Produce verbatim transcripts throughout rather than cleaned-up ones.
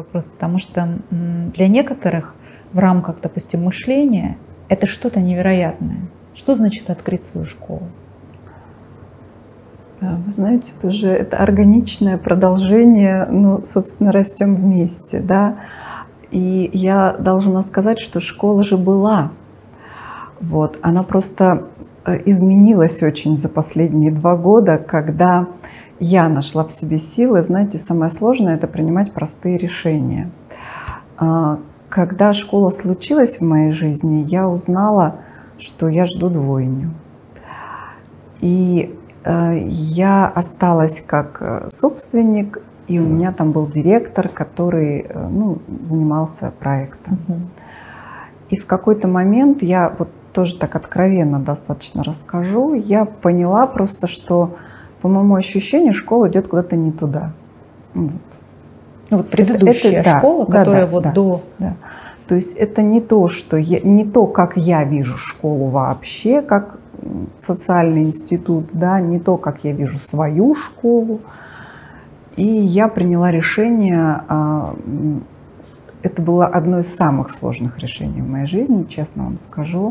вопрос, потому что для некоторых в рамках, допустим, мышления это что-то невероятное. Что значит открыть свою школу? Вы знаете, это уже это органичное продолжение, ну, собственно, растем вместе, да. И я должна сказать, что школа же была. Вот. Она просто изменилась очень за последние два года, когда я нашла в себе силы. Знаете, самое сложное — это принимать простые решения. Когда школа случилась в моей жизни, я узнала, что я жду двойню. И я осталась как собственник, и у меня там был директор, который, ну, занимался проектом. Uh-huh. И в какой-то момент, я вот тоже так откровенно достаточно расскажу, я поняла просто, что, по моему ощущению, школа идет куда-то не туда. Вот. Ну вот предыдущая это, это, школа, да, которая да, вот да, до... Да. То есть это не то, что я, не то, как я вижу школу вообще, как социальный институт, да, не то, как я вижу свою школу. И я приняла решение, это было одно из самых сложных решений в моей жизни, честно вам скажу,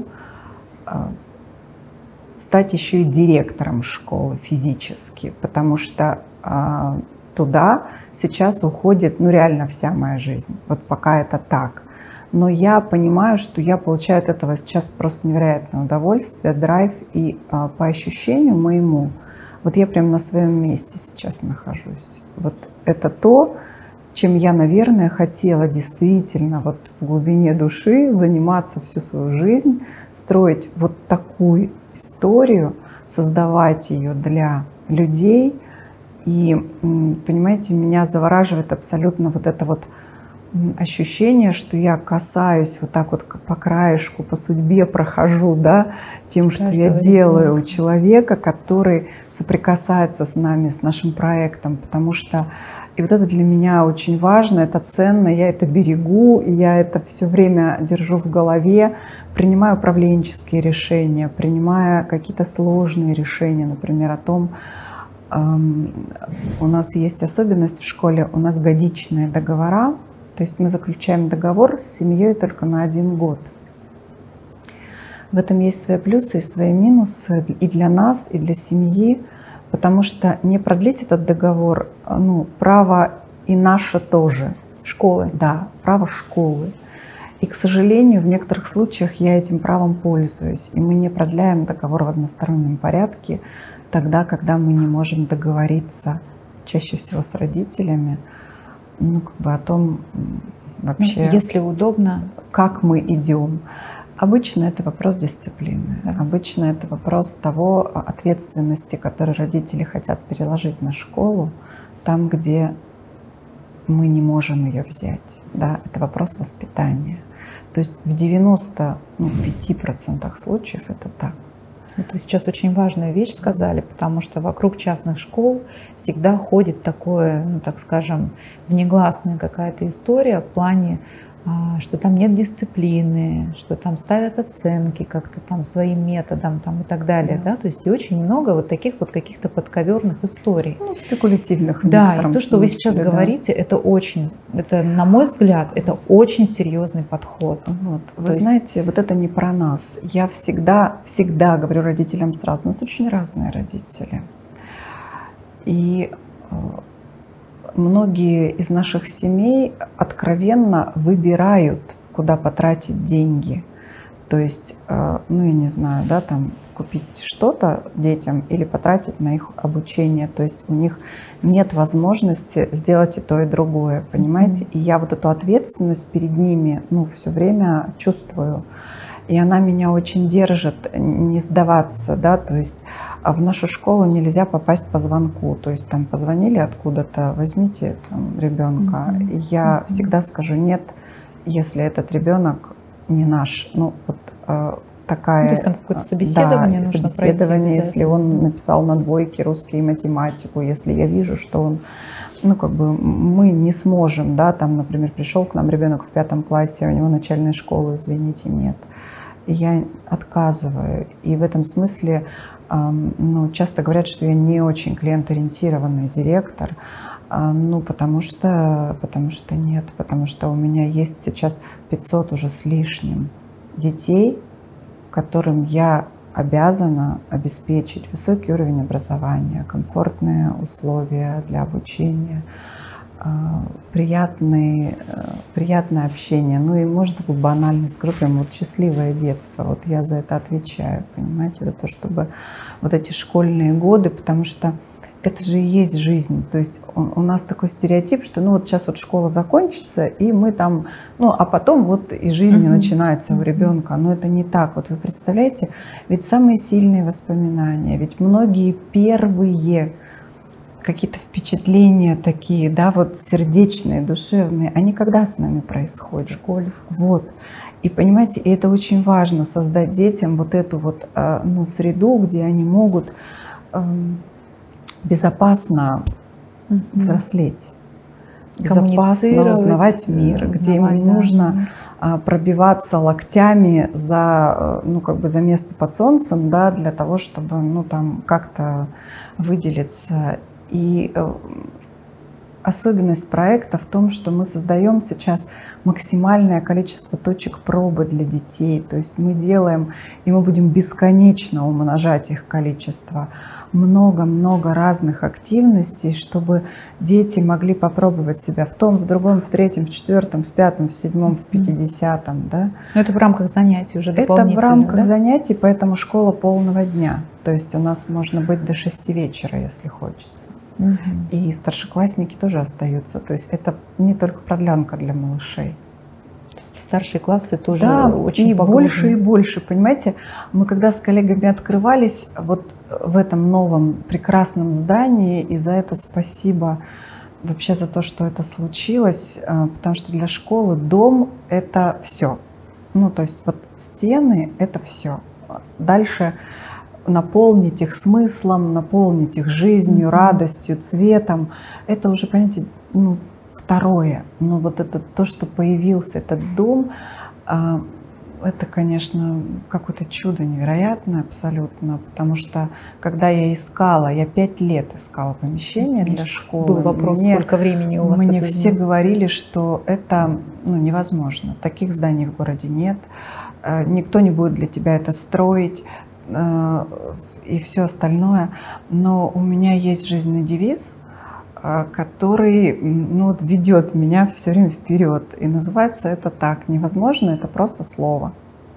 стать еще и директором школы физически, потому что туда сейчас уходит, ну, реально вся моя жизнь. Вот пока это так. Но я понимаю, что я получаю от этого сейчас просто невероятное удовольствие, драйв, и а, по ощущению моему, вот я прям на своем месте сейчас нахожусь. Вот это то, чем я, наверное, хотела действительно вот в глубине души заниматься всю свою жизнь, строить вот такую историю, создавать ее для людей. И, понимаете, меня завораживает абсолютно вот это вот ощущение, что я касаюсь вот так вот по краешку, по судьбе прохожу, да, тем, что я делаю у человека, который соприкасается с нами, с нашим проектом, потому что и вот это для меня очень важно, это ценно, я это берегу, и я это все время держу в голове, принимаю управленческие решения, принимаю какие-то сложные решения, например, о том, эм, у нас есть особенность в школе, у нас годичные договора. То есть мы заключаем договор с семьей только на один год. В этом есть свои плюсы и свои минусы и для нас, и для семьи, потому что не продлить этот договор, ну, право и наше тоже. Школы. Да, право школы. И, к сожалению, в некоторых случаях я этим правом пользуюсь, и мы не продляем договор в одностороннем порядке тогда, когда мы не можем договориться, чаще всего с родителями, ну, как бы о том вообще, ну, если удобно, как мы идем. Обычно это вопрос дисциплины. Да. Обычно это вопрос того ответственности, которую родители хотят переложить на школу, там, где мы не можем ее взять. Да, это вопрос воспитания. То есть в девяноста пяти процентах случаев это так. Вы сейчас очень важную вещь сказали, потому что вокруг частных школ всегда ходит такое, ну, так скажем, внегласная какая-то история в плане, что там нет дисциплины, что там ставят оценки как-то там своим методом там, и так далее. Да. Да? То есть и очень много вот таких вот каких-то подковерных историй. Ну, спекулятивных. Да, и то, что вы сейчас да. говорите, это очень, это, на мой взгляд, это очень серьезный подход. Вот. Вы то знаете, есть... вот это не про нас. Я всегда, всегда говорю родителям сразу, у нас очень разные родители. И многие из наших семей откровенно выбирают, куда потратить деньги. То есть, ну, я не знаю, да, там купить что-то детям или потратить на их обучение. То есть у них нет возможности сделать и то, и другое, понимаете? Mm-hmm. И я вот эту ответственность перед ними, ну, все время чувствую. И она меня очень держит не сдаваться, да, то есть в нашу школу нельзя попасть по звонку, то есть там позвонили откуда-то, возьмите там ребенка, mm-hmm. и я mm-hmm. всегда скажу нет, если этот ребенок не наш, ну вот э, такая. Ну, то есть там какое-то собеседование, да, нужно собеседование, пройти, если он написал на двойке русский и математику, если я вижу, что он, ну как бы мы не сможем, да, там, например, пришел к нам ребенок в пятом классе, у него начальной школы, извините, нет. И я отказываю. И в этом смысле, ну, часто говорят, что я не очень клиент-ориентированный директор, А, ну, потому что, потому что нет, потому что у меня есть сейчас пятьсот уже с лишним детей, которым я обязана обеспечить высокий уровень образования, комфортные условия для обучения, приятные, приятное общение. Ну и, может быть, банально скажу, прям вот счастливое детство. Вот я за это отвечаю, понимаете, за то, чтобы вот эти школьные годы, потому что это же и есть жизнь. То есть у, у нас такой стереотип, что ну вот сейчас вот школа закончится, и мы там, ну а потом вот и жизнь mm-hmm. начинается у ребенка. Но это не так. Вот вы представляете, ведь самые сильные воспоминания, ведь многие первые какие-то впечатления такие, да, вот сердечные, душевные, они когда с нами происходят? В школе. Вот. И понимаете, и это очень важно, создать детям вот эту вот ну, среду, где они могут эм, безопасно mm-hmm. взрослеть, безопасно узнавать мир, где им не да. нужно а, пробиваться локтями за, ну, как бы за место под солнцем, да, для того, чтобы ну, там как-то выделиться. И э, особенность проекта в том, что мы создаем сейчас максимальное количество точек пробы для детей. То есть мы делаем, и мы будем бесконечно умножать их количество, много-много разных активностей, чтобы дети могли попробовать себя в том, в другом, в третьем, в четвертом, в пятом, в седьмом, в пятидесятом. Да? Но это в рамках занятий уже дополнительно, это в рамках да? занятий, поэтому школа полного дня. То есть у нас можно быть до шести вечера, если хочется. Угу. И старшеклассники тоже остаются. То есть это не только продлянка для малышей. То есть старшие классы тоже да, очень и погружены. Больше и больше, понимаете. Мы когда с коллегами открывались вот в этом новом прекрасном здании, и за это спасибо вообще за то, что это случилось, потому что для школы дом — это все. Ну, то есть вот стены — это все. Дальше наполнить их смыслом, наполнить их жизнью, mm-hmm. радостью, цветом. Это уже, понимаете, ну, второе. Но вот это то, что появился этот дом, это, конечно, какое-то чудо невероятное абсолютно, потому что когда я искала, я пять лет искала помещение для школы. Был вопрос, мне, сколько времени у вас мне это все было? Говорили, что это ну, невозможно. Таких зданий в городе нет. Никто не будет для тебя это строить и все остальное. Но у меня есть жизненный девиз, который ну, вот ведет меня все время вперед. И называется это так: невозможно — это просто слово.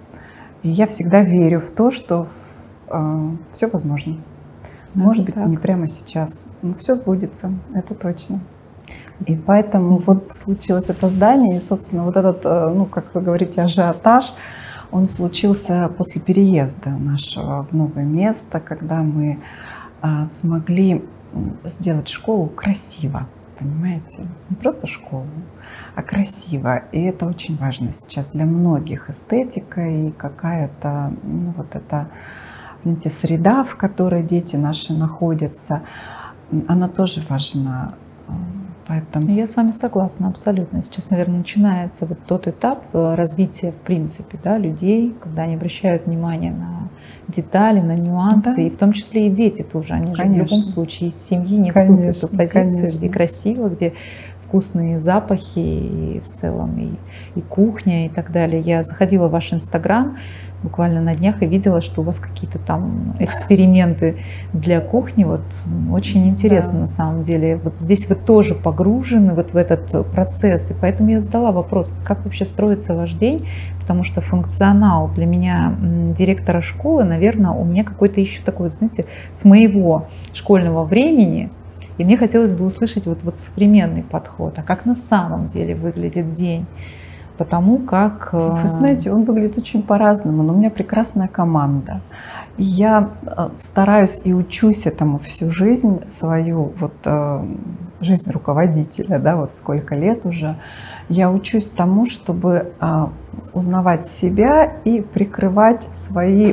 И я всегда верю в то, что э, все возможно. Это Может быть, так. не прямо сейчас, но все сбудется, это точно. И поэтому mm-hmm. вот случилось это здание, и, собственно, вот этот, ну, как вы говорите, ажиотаж, он случился после переезда нашего в новое место, когда мы а, смогли сделать школу красиво, понимаете? Не просто школу, а красиво. И это очень важно сейчас для многих. Эстетика и какая-то, ну, вот эта, понимаете, среда, в которой дети наши находятся, она тоже важна. Поэтому... Я с вами согласна абсолютно. Сейчас, наверное, начинается вот тот этап развития, в принципе, да, людей, когда они обращают внимание на детали, на нюансы, да. И в том числе и дети тоже. Они конечно. Же в любом случае из семьи несут конечно, эту позицию, конечно. Где красиво, где вкусные запахи, и в целом и, и кухня, и так далее. Я заходила в ваш Инстаграм буквально на днях и видела, что у вас какие-то там эксперименты для кухни. Вот очень интересно, да. На самом деле. Вот здесь вы тоже погружены вот в этот процесс. И поэтому я задала вопрос, как вообще строится ваш день, потому что функционал для меня директора школы, наверное, у меня какой-то еще такой, знаете, с моего школьного времени. И мне хотелось бы услышать вот, вот современный подход. А как на самом деле выглядит день? Потому как... Вы знаете, он выглядит очень по-разному, но у меня прекрасная команда. И я стараюсь и учусь этому всю жизнь, свою вот жизнь руководителя, да, вот сколько лет уже. Я учусь тому, чтобы узнавать себя и прикрывать свои,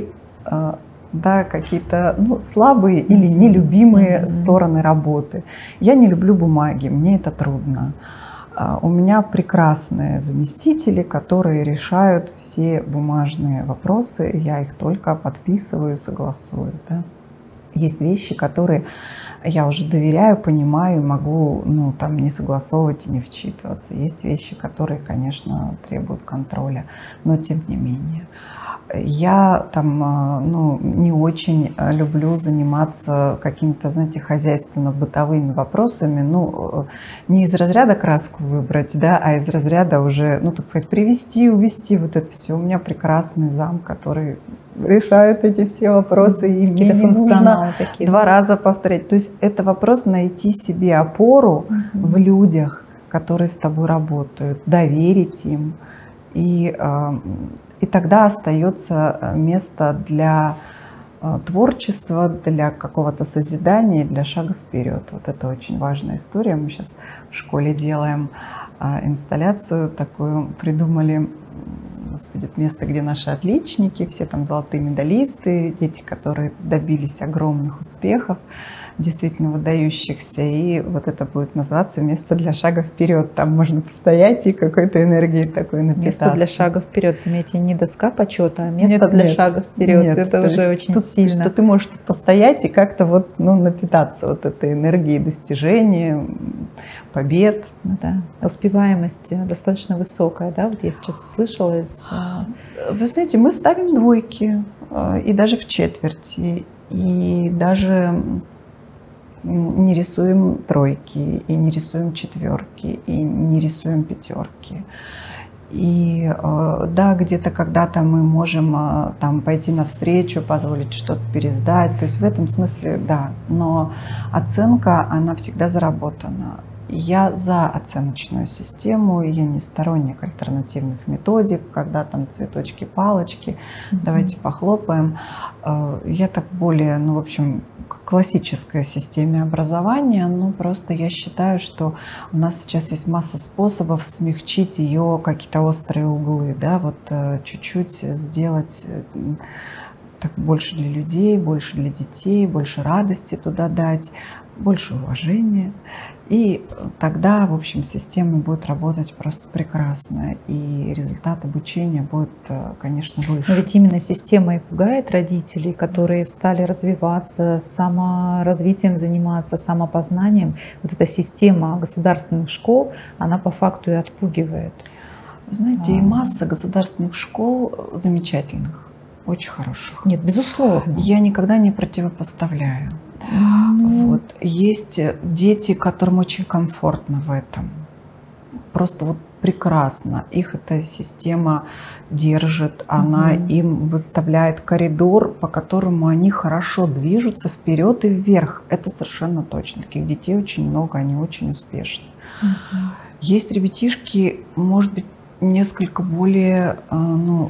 да, какие-то ну, слабые или нелюбимые mm-hmm. стороны работы. Я не люблю бумаги, мне это трудно. У меня прекрасные заместители, которые решают все бумажные вопросы, я их только подписываю, согласую. Да? Есть вещи, которые я уже доверяю, понимаю, могу, ну, там, не согласовывать и не вчитываться. Есть вещи, которые, конечно, требуют контроля, но тем не менее. Я там, ну, не очень люблю заниматься какими-то, знаете, хозяйственно-бытовыми вопросами, ну, не из разряда краску выбрать, да, а из разряда уже, ну, так сказать, привезти, увезти вот это все. У меня прекрасный зам, который решает эти все вопросы, и мне не нужно такие, два раза повторять. То есть это вопрос найти себе опору угу. в людях, которые с тобой работают, доверить им. И, и тогда остается место для творчества, для какого-то созидания, для шага вперед. Вот это очень важная история. Мы сейчас в школе делаем инсталляцию такую, придумали, Господи, место, где наши отличники, все там золотые медалисты, дети, которые добились огромных успехов, действительно выдающихся, и вот это будет называться «Место для шага вперед». Там можно постоять и какой-то энергией такой напитаться. Место для шага вперед, заметьте, не доска почета, а место нет, для нет, шага вперед. Нет, это уже очень тут, сильно. Что ты можешь тут постоять и как-то вот, ну, напитаться вот этой энергией достижения, побед. Ну, да. Успеваемость достаточно высокая, да? Вот я сейчас услышала из... Вы знаете, мы ставим двойки, и даже в четверти, и даже не рисуем тройки, и не рисуем четверки, и не рисуем пятерки. И да, где-то когда-то мы можем там пойти навстречу, позволить что-то пересдать. То есть в этом смысле да, но оценка, она всегда заработана. Я за оценочную систему, я не сторонник альтернативных методик, когда там цветочки, палочки, mm-hmm. давайте похлопаем. Я так более, ну, в общем, к классической системе образования, ну, просто я считаю, что у нас сейчас есть масса способов смягчить ее какие-то острые углы, да, вот чуть-чуть сделать так больше для людей, больше для детей, больше радости туда дать, больше уважения. И тогда, в общем, система будет работать просто прекрасно, и результат обучения будет, конечно, выше. Но ведь именно система и пугает родителей, которые стали развиваться, саморазвитием заниматься, самопознанием. Вот эта система государственных школ, она по факту и отпугивает. Вы знаете, а... и масса государственных школ замечательных, очень хороших. Нет, безусловно. Я никогда не противопоставляю. Mm. Вот. Есть дети, которым очень комфортно в этом. Просто вот прекрасно. Их эта система держит, она mm-hmm. им выставляет коридор, по которому они хорошо движутся вперед и вверх. Это совершенно точно. Таких детей очень много, они очень успешны. Mm-hmm. Есть ребятишки, может быть, несколько более, ну,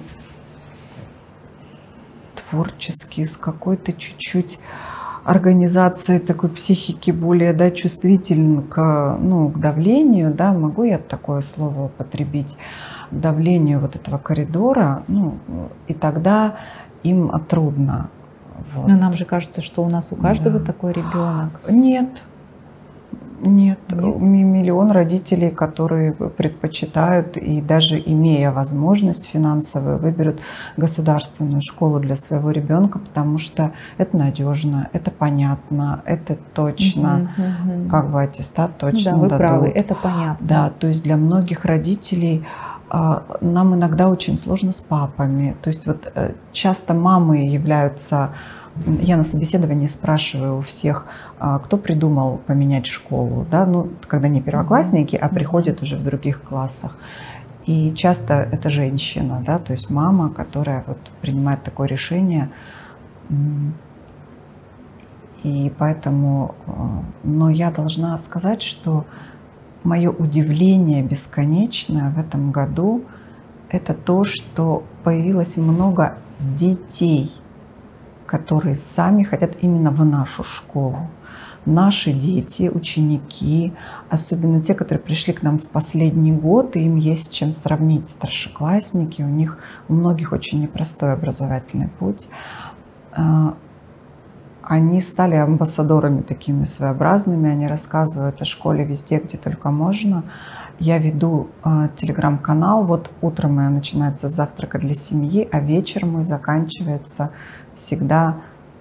творческие, с какой-то чуть-чуть организации такой психики более, да, чувствительны к, ну, к давлению, да, могу я такое слово употребить, к давлению вот этого коридора, ну, и тогда им трудно. Вот. Но нам же кажется, что у нас у каждого да. такой ребенок. Нет. Нет, Нет, миллион родителей, которые предпочитают и даже имея возможность финансовую, выберут государственную школу для своего ребенка, потому что это надежно, это понятно, это точно, угу, угу. как бы аттестат точно да, вы дадут. правы, это понятно. Да, то есть для многих родителей нам иногда очень сложно с папами. То есть вот часто мамы являются... Я на собеседовании спрашиваю у всех, кто придумал поменять школу, да, ну, когда не первоклассники, а приходят уже в других классах. И часто это женщина, да, то есть мама, которая вот принимает такое решение. И поэтому, но я должна сказать, что мое удивление бесконечное в этом году – это то, что появилось много детей, которые сами хотят именно в нашу школу. Наши дети, ученики, особенно те, которые пришли к нам в последний год, и им есть чем сравнить, старшеклассники, у них у многих очень непростой образовательный путь. Они стали амбассадорами такими своеобразными, они рассказывают о школе везде, где только можно. Я веду э, телеграм-канал, вот утром мое начинается с завтрака для семьи, а вечер мой заканчивается всегда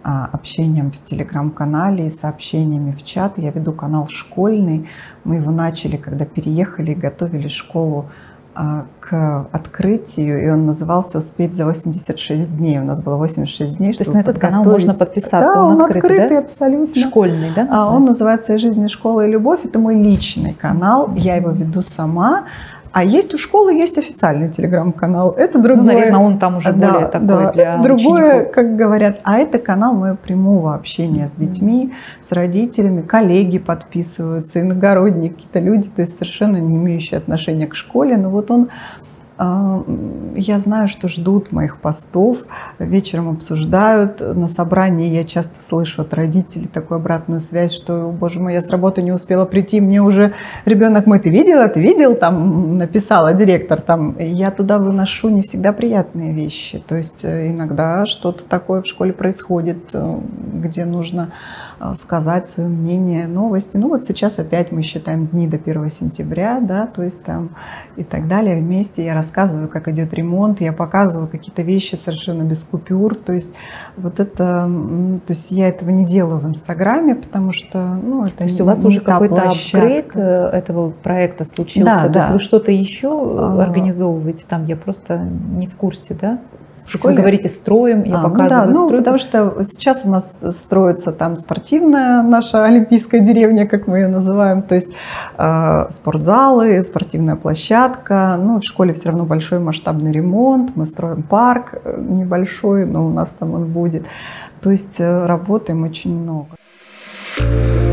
общением в телеграм-канале и сообщениями в чат. Я веду канал школьный. Мы его начали, когда переехали и готовили школу к открытию, и он назывался «Успеть за восемьдесят шесть дней». У нас было восемьдесят шесть дней, То чтобы есть на этот канал подготовить. можно подписаться? Да, он, он открытый, открытый, да? абсолютно. Школьный, да? Называется? Он называется «И жизнь, и школа, и любовь». Это мой личный канал, я его веду сама. А есть у школы есть официальный телеграм-канал. Это другое. Ну, наверное, он там уже да, более такой да, для другое, учеников. как говорят. А это канал моего прямого общения с детьми, с родителями. Коллеги подписываются, иногородние какие-то люди, то есть совершенно не имеющие отношения к школе. Но вот он... Я знаю, что ждут моих постов, вечером обсуждают. На собрании я часто слышу от родителей такую обратную связь, что, боже мой, я с работы не успела прийти, мне уже ребенок мой, ты видела, ты видел, там написала директор, там. Я туда выношу не всегда приятные вещи. То есть иногда что-то такое в школе происходит, где нужно сказать свое мнение, новости. Ну вот сейчас опять мы считаем дни до первого сентября, да, то есть там и так далее. Вместе я рассказываю, как идет ремонт, я показываю какие-то вещи совершенно без купюр. То есть вот это, то есть я этого не делаю в Инстаграме, потому что, ну, это То есть не, у вас не уже та какой-то площадка. апгрейд этого проекта случился? Да, То да. есть вы что-то еще А. организовываете там? Я просто не в курсе, да? В То есть вы школе? говорите, строим, я А, ну показываю, да, ну, строю. потому что сейчас у нас строится там спортивная наша олимпийская деревня, как мы ее называем, то есть э, спортзалы, спортивная площадка. Ну, в школе все равно большой масштабный ремонт, мы строим парк небольшой, но у нас там он будет. То есть э, работаем очень много.